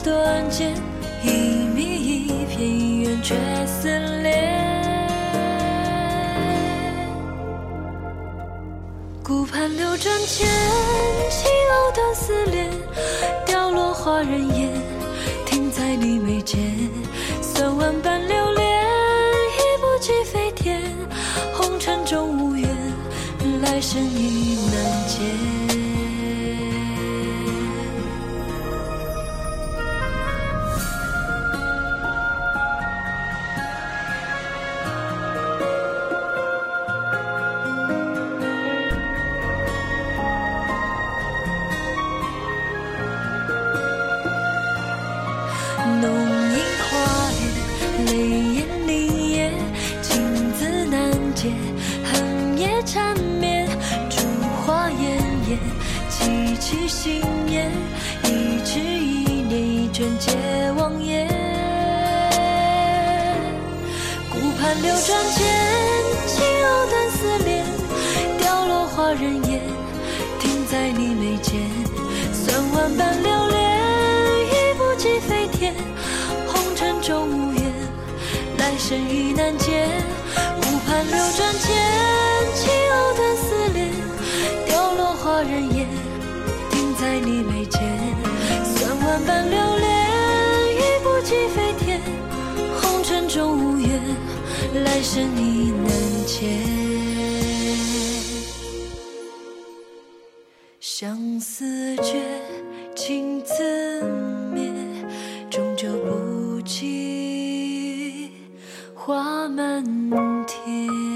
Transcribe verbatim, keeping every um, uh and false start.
顿间，一米一片，一缘却撕裂。顾盼流转间，轻藕断丝连，凋落花人眼，停在你眉间。酸万般流连，已不及飞天，红尘中无缘，来生亦难见。浓荫花叶，泪眼凝噎，情字难解，恨也缠绵。烛花炎炎，凄凄心眼，一纸一念，一卷皆忘言。顾盼流转间，轻藕断丝连，凋落花人眼，停在你眉间。酸万般流连，已不及飞天，红尘中无缘，来生亦难见。顾盼流转间，轻藕断丝连，凋落花人眼，停在你眉间。酸万般流连，已不及飞天，红尘中无缘，来生亦难见。相思绝，情自灭，终究不及花满天。